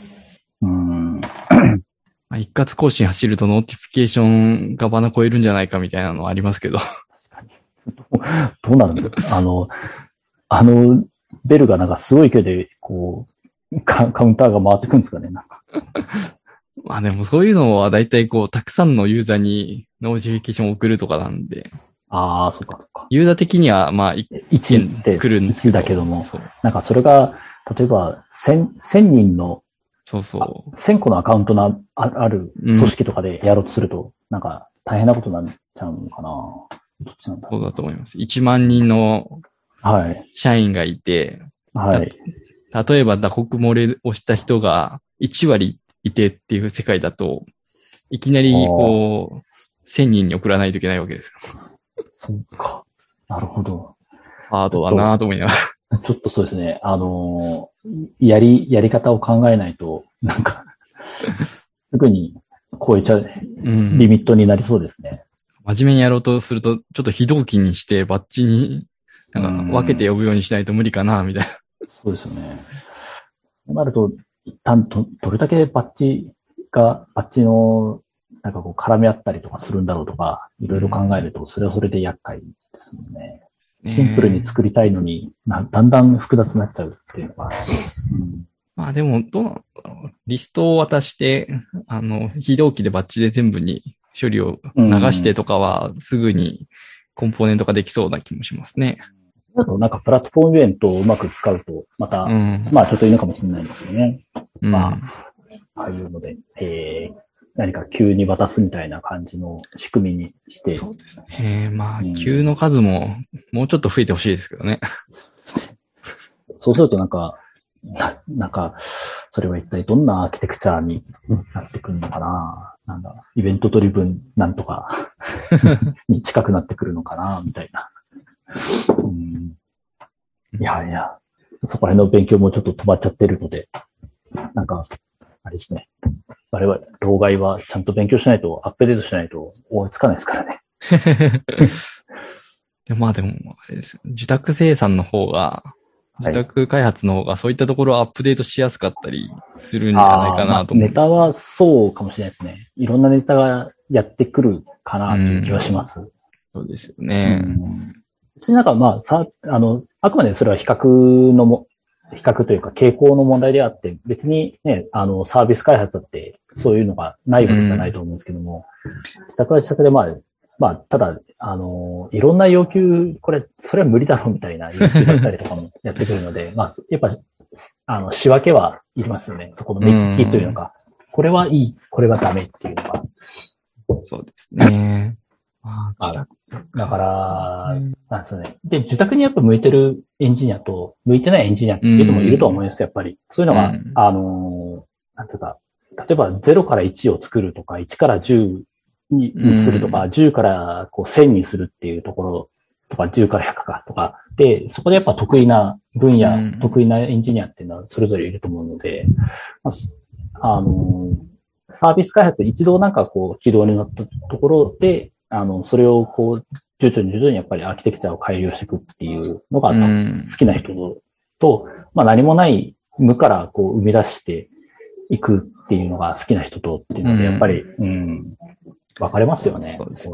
S1: 一括更新走るとノーティフィケーションがバナ超えるんじゃないかみたいなのはありますけど。確かに。
S2: どうなるんだろう。ベルがなんかすごい勢いで、こう、カウンターが回ってくるんですかね、なんか。
S1: まあでもそういうのは大体こう、たくさんのユーザーにノーティフィケーションを送るとかなんで。
S2: そうか。
S1: ユーザー的にはまあ、1件来るんですけど。
S2: 1だけども、なんかそれが、例えば1000人の1000個のアカウントのある組織とかでやろうとすると、なんか大変なことになっちゃうのかな。どっちなんだろう。
S1: そうだと思います。1万人の社員がいて、例えば打刻漏れをした人が1割いてっていう世界だと、いきなりこう、1000人に送らないといけないわけですよ。
S2: そうか。なるほど。
S1: ハードだなと思いながら。
S2: ちょっとそうですね。やり方を考えないと、なんか、すぐに超えちゃう、リミットになりそうですね。
S1: 真面目にやろうとすると、ちょっと非同期にしてバッジに、なんか分けて呼ぶようにしないと無理かな、みたいな。
S2: そうですよね。そうなると、一旦どれだけバッジの、なんかこう絡み合ったりとかするんだろうとか、いろいろ考えると、それはそれで厄介ですもんね。シンプルに作りたいのに、だんだん複雑になっちゃうっていうのが。
S1: まあでも、リストを渡して、非同期でバッチで全部に処理を流してとかは、すぐにコンポーネントができそうな気もしますね。
S2: あとなんかプラットフォームイベントをうまく使うと、また、まあちょっといいのかもしれないんですよね。ああいうので、何か急に渡すみたいな感じの仕組みにして。
S1: そうですね。まあ、急の数ももうちょっと増えてほしいですけどね。
S2: そうするとなんか、それは一体どんなアーキテクチャになってくるのかな。なんだ、イベントドリブンなんとかに近くなってくるのかな、みたいな。いや、そこら辺の勉強もちょっと止まっちゃってるので、なんか、あれですね。我々、老害はちゃんと勉強しないと、アップデートしないと追いつかないですからね。
S1: でも、あれです。受託生産の方が、受託開発の方がそういったところをアップデートしやすかったりするんじゃないかなと思うんです。
S2: ネタはそうかもしれないですね。いろんなネタがやってくるかなという気はします。
S1: そうですよね。
S2: 別になんかあくまでそれは比較というか傾向の問題であって、別にね、サービス開発だってそういうのがないわけじゃないと思うんですけども、自宅は自宅でただ、いろんな要求、それは無理だろうみたいな要求だったりとかもやってくるので、やっぱ、仕分けはいりますよね。そこの目利きというのが、これはいい、これはダメっていうのが。
S1: そうですね。
S2: だから、なんですよね。で、受託にやっぱ向いてるエンジニアと、向いてないエンジニアっていうのもいると思います、やっぱり。そういうのが、なんていうか、例えば0から1を作るとか、1から10にするとか、10から1000にするっていうところとか、10から100かとか、で、そこでやっぱ得意な分野、得意なエンジニアっていうのはそれぞれいると思うので、サービス開発一度なんか軌道になったところで、それを徐々にやっぱりアーキテクチャを改良していくっていうのが好きな人と、何もない無からこう生み出していくっていうのが好きな人とっていうので、やっぱり、分かれますよね。
S1: そうですね。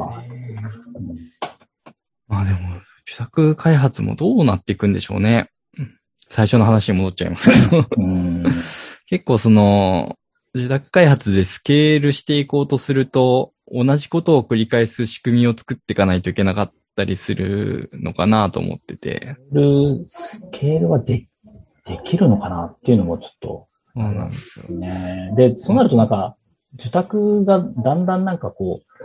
S1: まあでも、受託開発もどうなっていくんでしょうね。最初の話に戻っちゃいますけど。結構受託開発でスケールしていこうとすると、同じことを繰り返す仕組みを作っていかないといけなかったりするのかなと思ってて。
S2: スケールはできるのかなっていうのもちょっと、
S1: そうなんですよ
S2: ね。で、そうなるとなんか、受託がだんだんなんかこう、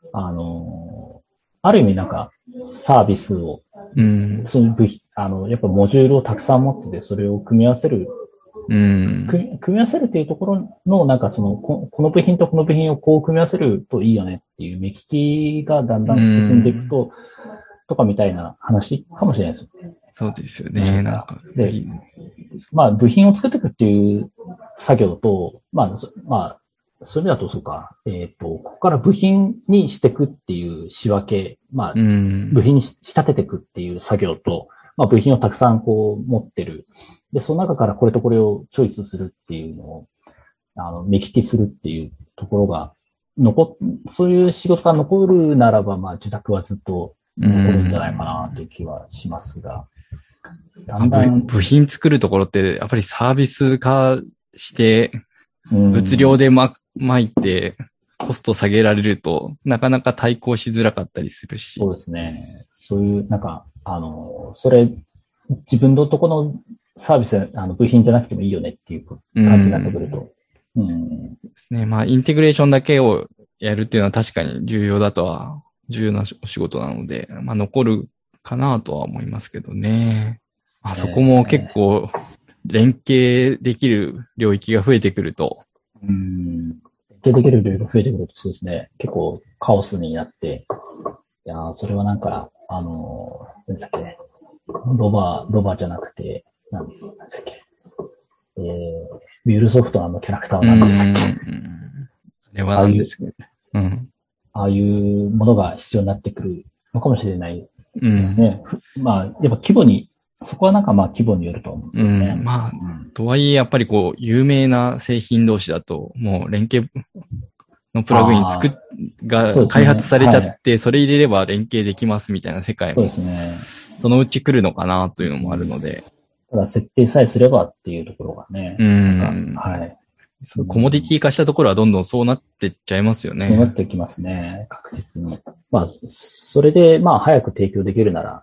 S2: ある意味なんか、サービスを、そのやっぱモジュールをたくさん持ってて、それを組み合わせる、組み合わせるっていうところの、なんかこの部品とこの部品をこう組み合わせるといいよねっていう目利きがだんだん進んでいくと、とかみたいな話かもしれないですよね。
S1: そうですよね。なんか。
S2: で、まあ、部品を作っていくっていう作業と、まあ、それだとそうか、ここから部品にしていくっていう仕分け、まあ、部品に仕立てていくっていう作業と、まあ、部品をたくさんこう持ってる。で、その中からこれとこれをチョイスするっていうのを、目利きするっていうところが、そういう仕事が残るならば、まあ、受託はずっと残るんじゃないかなという気はしますが。
S1: だんだん部品作るところって、やっぱりサービス化して、物量で巻いて、コスト下げられると、なかなか対抗しづらかったりするし。
S2: そうですね。そういう、なんか、それ、自分のとこのサービス、部品じゃなくてもいいよねっていう感じになってくると。
S1: ですね。まあ、インテグレーションだけをやるっていうのは確かに重要なお仕事なので、まあ、残るかなとは思いますけどね。まあ、そこも結構、連携できる領域が増えてくると。
S2: 連携できる領域が増えてくると、そうですね。結構カオスになって、いやそれはなんか、何だっけ、ロバじゃなくて、何だっけ、ミュールソフトのキャラクターなんでしたっけ。
S1: あれは何ですかね。
S2: ああいうものが必要になってくるのかもしれないですね。まあ、やっぱ規模に、そこはなんかまあ規模によると思うんですよね。
S1: まあ、とはいえやっぱりこう、有名な製品同士だと、もう連携のプラグインが開発されちゃって、それ入れれば連携できますみたいな世界も、そのうち来るのかなというのもあるので。
S2: ただ設定さえすればっていうところがね。はい。
S1: コモディティ化したところはどんどんそうなってっちゃいますよね。
S2: そうなってきますね。確実に。まあ、それで、まあ、早く提供できるなら、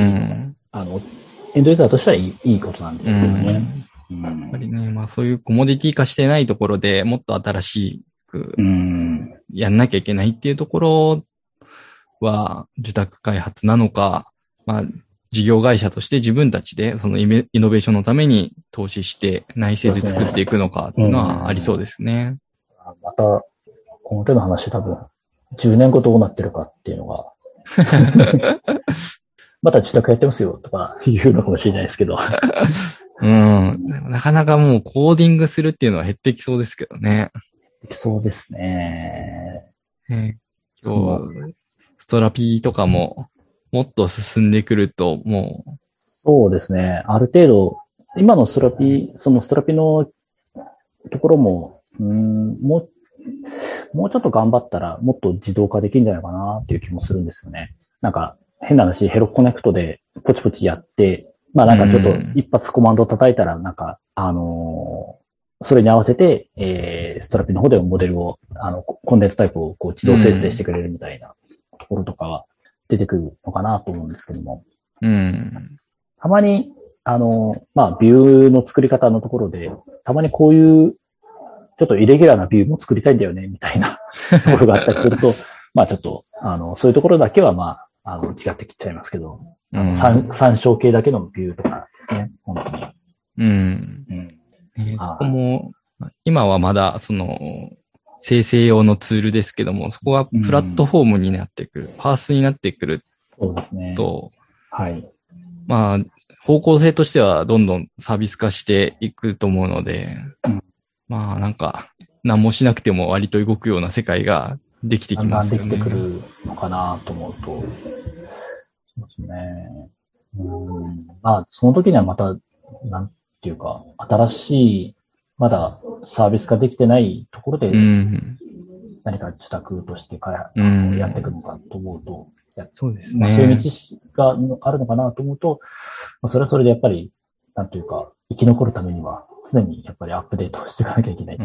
S2: エンドユーザーとしてはいいことなんですけどね。
S1: やっぱりね、まあそういうコモディティ化してないところでもっと新しくやんなきゃいけないっていうところは受託開発なのか、まあ事業会社として自分たちでそのイノベーションのために投資して内製で作っていくのかっていうのはありそうですね。
S2: また、この手の話多分10年後どうなってるかっていうのがまた受託やってますよとか言うのかもしれないですけど。
S1: なかなかもうコーディングするっていうのは減ってきそうですけどね。
S2: 減ってきそうですね。
S1: ストラピーとかももっと進んでくるともう。
S2: そうですね。ある程度、今のストラピのところも、もうちょっと頑張ったらもっと自動化できるんじゃないかなっていう気もするんですよね。なんか変な話、ヘロコネクトでポチポチやって、まあなんかちょっと一発コマンド叩いたらなんか、それに合わせて、ストラピの方でモデルを、コンデントタイプをこう自動生成してくれるみたいなところとかは出てくるのかなと思うんですけども。たまに、まあ、ビューの作り方のところで、たまにこういう、ちょっとイレギュラーなビューも作りたいんだよね、みたいなところがあったりすると、まあちょっと、そういうところだけはまあ、違ってきちゃいますけど、参照系だけのビューとかですね、本当に。
S1: そこも、今はまだ、生成用のツールですけども、そこがプラットフォームになってくる、パースになってくる
S2: そうですね。はい。
S1: まあ、方向性としてはどんどんサービス化していくと思うので、まあなんか、何もしなくても割と動くような世界ができてきますよね。
S2: だんだんできてくるのかなと思うと。そうですね。まあ、その時にはまた、 ていうか、新しい、まだサービス化できてないところで、何か受託としてやっていくのかと思うと、
S1: そうですね。
S2: そういう道があるのかなと思うと、それはそれでやっぱり、なんというか、生き残るためには、常にやっぱりアップデートしていかなきゃいけない。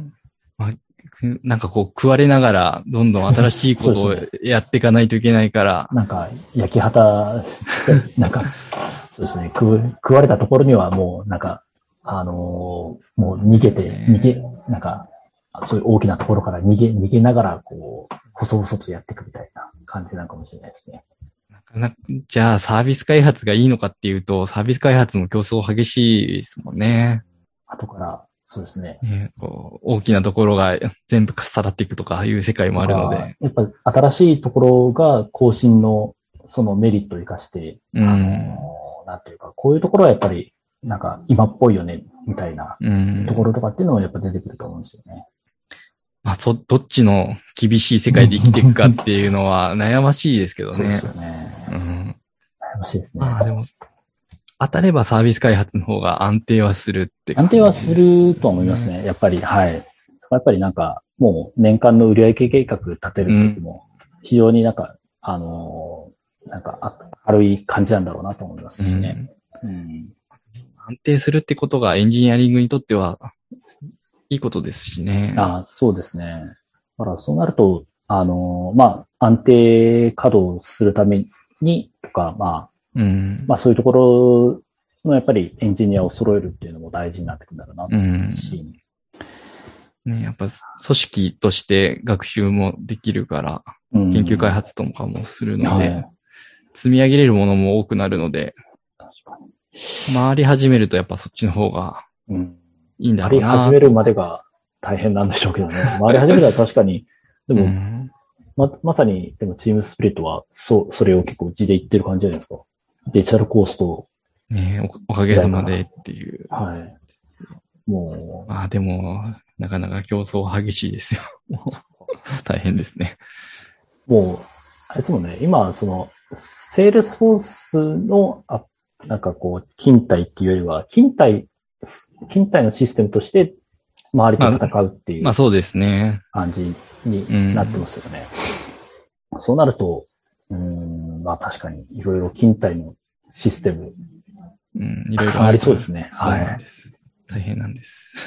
S1: なんかこう食われながらどんどん新しいことをやっていかないといけないから。
S2: なんか焼き畑、なんか、そうですね、食われたところにはもうなんか、もうなんか、そういう大きなところから逃げながら、こう、細々とやっていくみたいな感じなのかもしれないですね。
S1: じゃあサービス開発がいいのかっていうと、サービス開発も競争激しいですもんね。
S2: 後から、そうですね。
S1: こう大きなところが全部かっさらっていくとかいう世界もあるので。
S2: やっぱ新しいところが更新のそのメリットを生かして、なんていうか、こういうところはやっぱり、なんか今っぽいよね、みたいなところとかっていうのもやっぱ出てくると思うんですよね。
S1: まあ、どっちの厳しい世界で生きていくかっていうのは悩ましいですけどね。
S2: そうですよね。悩ましいですね。
S1: まあでも、当たればサービス開発の方が安定はするって
S2: 感じですね。安定はすると思いますね。やっぱり、はい。やっぱりなんか、もう年間の売上計画立てるときも、非常になんか、なんか軽い感じなんだろうなと思いますしね。
S1: 安定するってことがエンジニアリングにとってはいいことですしね。
S2: そうですね。だからそうなると、まあ、安定稼働するためにとか、まあそういうところのやっぱりエンジニアを揃えるっていうのも大事になってくるんだろうなと思いますし。
S1: ね、やっぱ組織として学習もできるから、研究開発とかもするので、積み上げれるものも多くなるので、回り始めるとやっぱそっちの方がいいんだろうな。
S2: 回り始めるまでが大変なんでしょうけどね。回り始めたら確かに、でも、まさに、でもチームスプリットは、それを結構字で言ってる感じじゃないですか。デジタルコースト。
S1: ねおかげさまでっていう。
S2: はい。も
S1: う。まあでも、なかなか競争激しいですよ。大変ですね。
S2: もう、あれですもんね。今、セールスフォースの、なんかこう、勤怠っていうよりは、勤怠のシステムとして周りと戦うっていう。
S1: まあそうですね。
S2: 感じになってますよね。そうなると、まあ確かにいろいろ勤怠のシステム、いろいろありそうですね。
S1: そうなんです。大変なんです。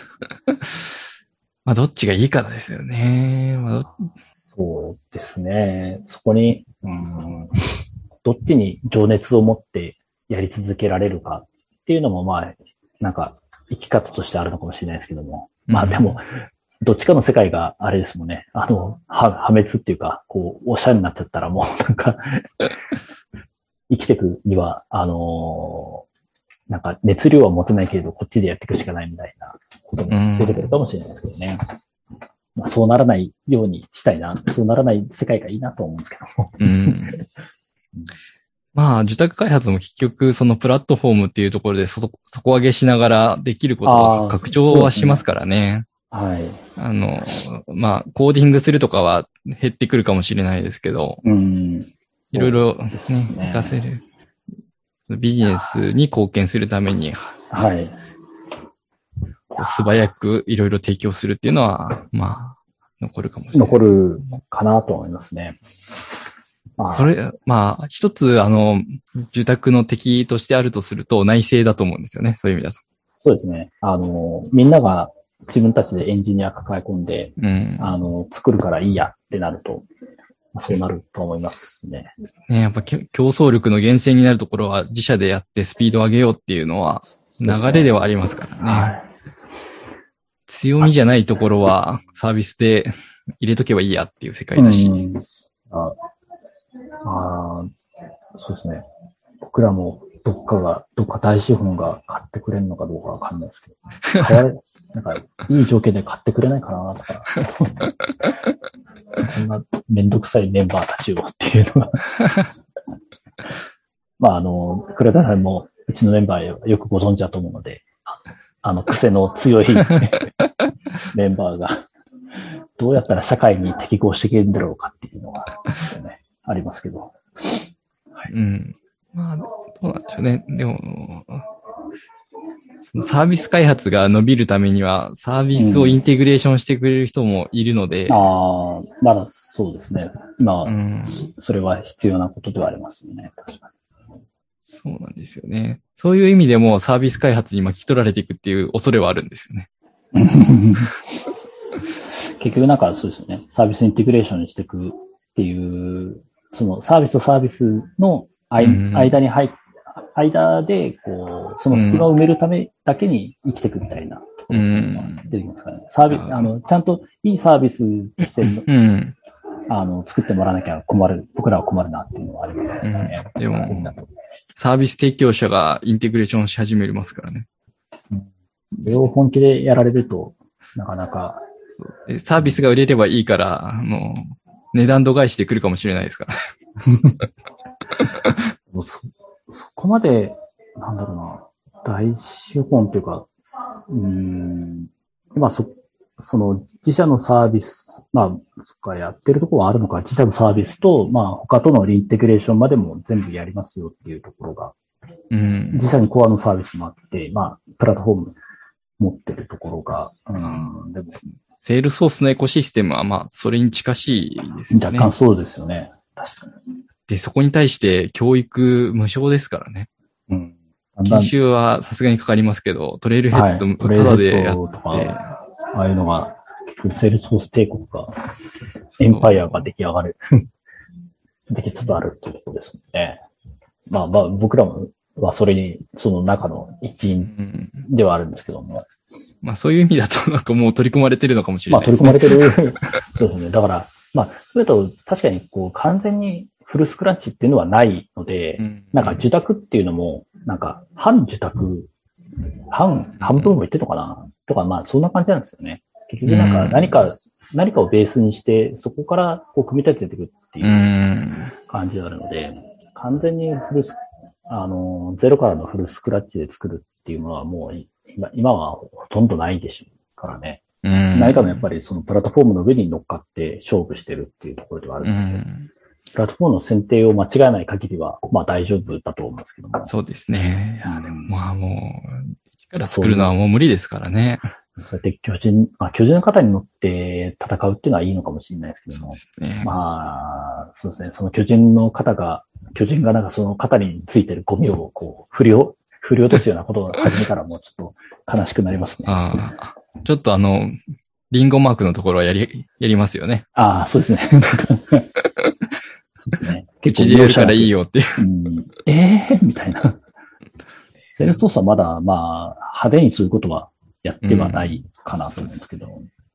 S1: まあどっちがいいかですよね。
S2: そうですね。そこに、どっちに情熱を持ってやり続けられるかっていうのも、まあ、なんか、生き方としてあるのかもしれないですけども。まあでも、どっちかの世界があれですもんね。破滅っていうか、こう、おしゃれになっちゃったらもうなんか生きていくには、なんか熱量は持てないけれど、こっちでやっていくしかないみたいなことも出てくるかもしれないですけどね。まあ、そうならないようにしたいな。そうならない世界がいいなと思うんですけども。
S1: まあ、受託開発も結局、そのプラットフォームっていうところで底上げしながらできることは拡張はしますからね。
S2: はい。
S1: まあ、コーディングするとかは減ってくるかもしれないですけど、いろいろね、活かせる。ビジネスに貢献するために、
S2: はい。
S1: 素早くいろいろ提供するっていうのは、まあ、残るかもしれない。
S2: 残るかなと思いますね。
S1: まあ、一つ、住宅の敵としてあるとすると内政だと思うんですよね。そういう意味だと。
S2: そうですね。みんなが自分たちでエンジニア抱え込んで、作るからいいやってなると、そうなると思いますね。
S1: ね、やっぱ競争力の源泉になるところは自社でやってスピードを上げようっていうのは流れではありますからね。はい、強みじゃないところはサービスで入れとけばいいやっていう世界だし。
S2: そうですね。僕らもどっか大資本が買ってくれるのかどうかわかんないですけど、なんかいい条件で買ってくれないかなとか、そんなめんどくさいメンバーたちをっていうのがまあ倉田さんもうちのメンバーよくご存知だと思うので、癖の強いメンバーがどうやったら社会に適合していけるんだろうかっていうのが、ね、ありますけど。
S1: はい、まあ、どうなんでしょうね。でも、 そのサービス開発が伸びるためには、サービスをインテグレーションしてくれる人もいるので。
S2: まだそうですね。今、それは必要なことではありますよね。確かに。
S1: そうなんですよね。そういう意味でもサービス開発に巻き取られていくっていう恐れはあるんですよね。
S2: 結局なんかそうですよね。サービスインテグレーションにしていくっていう、そのサービスとサービスの間に間で、こう、その隙間を埋めるためだけに生きていくみたいなところが出てきますからね。サービス、ちゃんといいサービスとして、作ってもらわなきゃ僕らは困るなっていうのはありますね。
S1: でも、サービス提供者がインテグレーションし始めますからね。
S2: それを本気でやられると、なかなか。
S1: サービスが売れればいいから、値段度外視で来るかもしれないですから。
S2: そこまで、なんだろうな、大資本というか、今その自社のサービス、そっか、やってるところはあるのか、自社のサービスと、他とのインテグレーションまでも全部やりますよっていうところが、自社にコアのサービスもあって、プラットフォーム持ってるところが、
S1: でもセールソースのエコシステムはそれに近しいですよね。
S2: 若干そうですよね。確かに。
S1: で、そこに対して教育無償ですからね。研修はさすがにかかりますけど、トレイルヘッドただでやって、
S2: ああいうのが、結局セールスフォース帝国が、エンパイアが出来上がる。できつつあるっていうところですもんね。僕らはそれに、その中の一員ではあるんですけども。
S1: そういう意味だとなんかもう取り込まれてるのかもしれない
S2: ですね。取り込まれてる。そうですね。だから、それと確かにこう完全にフルスクラッチっていうのはないので、なんか受託っていうのも、なんか半受託、半分も言ってるのかなとか、そんな感じなんですよね。結局なんか何かをベースにして、そこからこう組み立てていくっていう感じがあるので、完全にゼロからのフルスクラッチで作るっていうのはもう今はほとんどないでしょうからね。何かのやっぱりそのプラットフォームの上に乗っかって勝負してるっていうところではあるので、プラットフォームの選定を間違えない限りは、大丈夫だと思うんですけども。
S1: そうですね。でももう、一から作るのはもう無理ですからね。
S2: そうやって巨人の方に乗って戦うっていうのはいいのかもしれないですけども。そうですね。そうですね。その巨人がなんかその肩についてるゴミをこう、振り落とすようなことを始めたらもうちょっと悲しくなりますね。
S1: ちょっとリンゴマークのところはやりますよね。
S2: そうですね。そうですね。
S1: 結構でやるからいいよっていう。
S2: みたいな。セールスソースはまだ、派手にそういうことはやってはないかなと思うんですけど。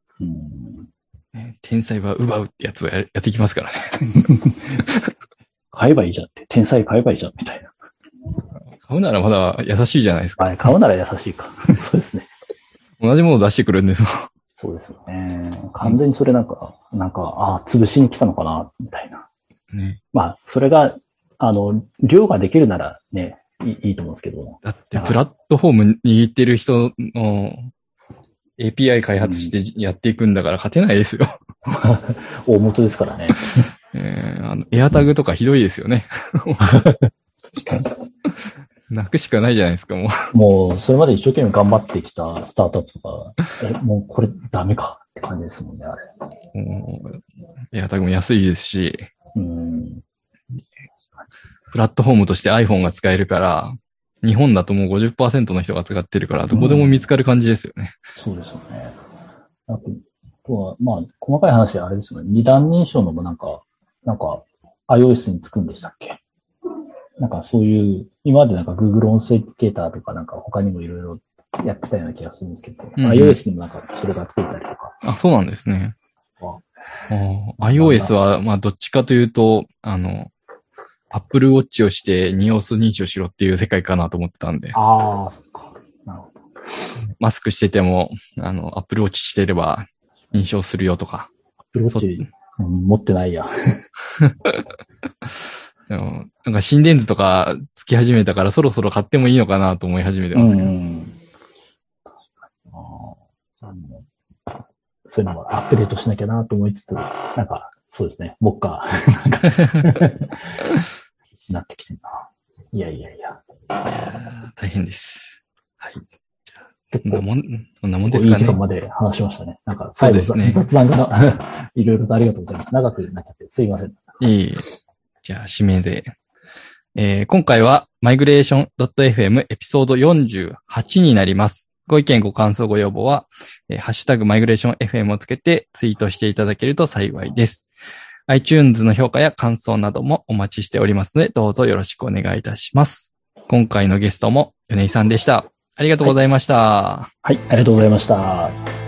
S1: 天才は奪うってやつをやってきますからね。
S2: 買えばいいじゃんって。天才買えばいいじゃんみたいな。
S1: 買うならまだ優しいじゃないですか。
S2: 買うなら優しいか。そうですね。
S1: 同じものを出してくるんですよ。
S2: そうですよね。完全にそれ潰しに来たのかな、みたいな。それが、量ができるならね、いいと思うんですけど。
S1: だって、プラットフォーム握ってる人の API 開発してやっていくんだから勝てないですよ。
S2: 大元ですからね。
S1: エアタグとかひどいですよね。
S2: 確かに。
S1: 泣くしかないじゃないですか、も
S2: う。もう、それまで一生懸命頑張ってきたスタートアップとか、もうこれダメかって感じですもんね、あれ。
S1: エアタグも安いですし、プラットフォームとして iPhone が使えるから、日本だともう 50% の人が使ってるから、どこでも見つかる感じですよね。
S2: そうですよね。あとは、細かい話あれですよね。二段認証のもなんか iOS につくんでしたっけ？なんかそういう、今までなんか Google 音声エディケーターとかなんか他にもいろいろやってたような気がするんですけど、iOS にもなんかそれがついたりとか。
S1: そうなんですね。iOS は、どっちかというと、Apple Watch をして2要素認証しろっていう世界かなと思ってたんで。
S2: そっか。なるほど。
S1: マスクしてても、Apple Watch してれば認証するよとか。
S2: Apple Watch、持ってないや。
S1: でもなんか心電図とかつき始めたからそろそろ買ってもいいのかなと思い始めてますけど。
S2: 確かに。そういうのもアップデートしなきゃなと思いつつ、なんか、そうですね、もっか、なってきてるな。いや。
S1: 大変です。はい。
S2: 結構、
S1: こんなもんですかね。
S2: いい時間まで話しましたね。なんか、最後、雑談がいろいろとありがとうございます。長くなっちゃってすいません。
S1: じゃあ、締めで。今回は、migration.fm エピソード48になります。ご意見、ご感想、ご要望は、ハッシュタグマイグレーション FM をつけてツイートしていただけると幸いです。iTunes の評価や感想などもお待ちしておりますので、どうぞよろしくお願いいたします。今回のゲストも米井さんでした。ありがとうございました。
S2: はい、ありがとうございました。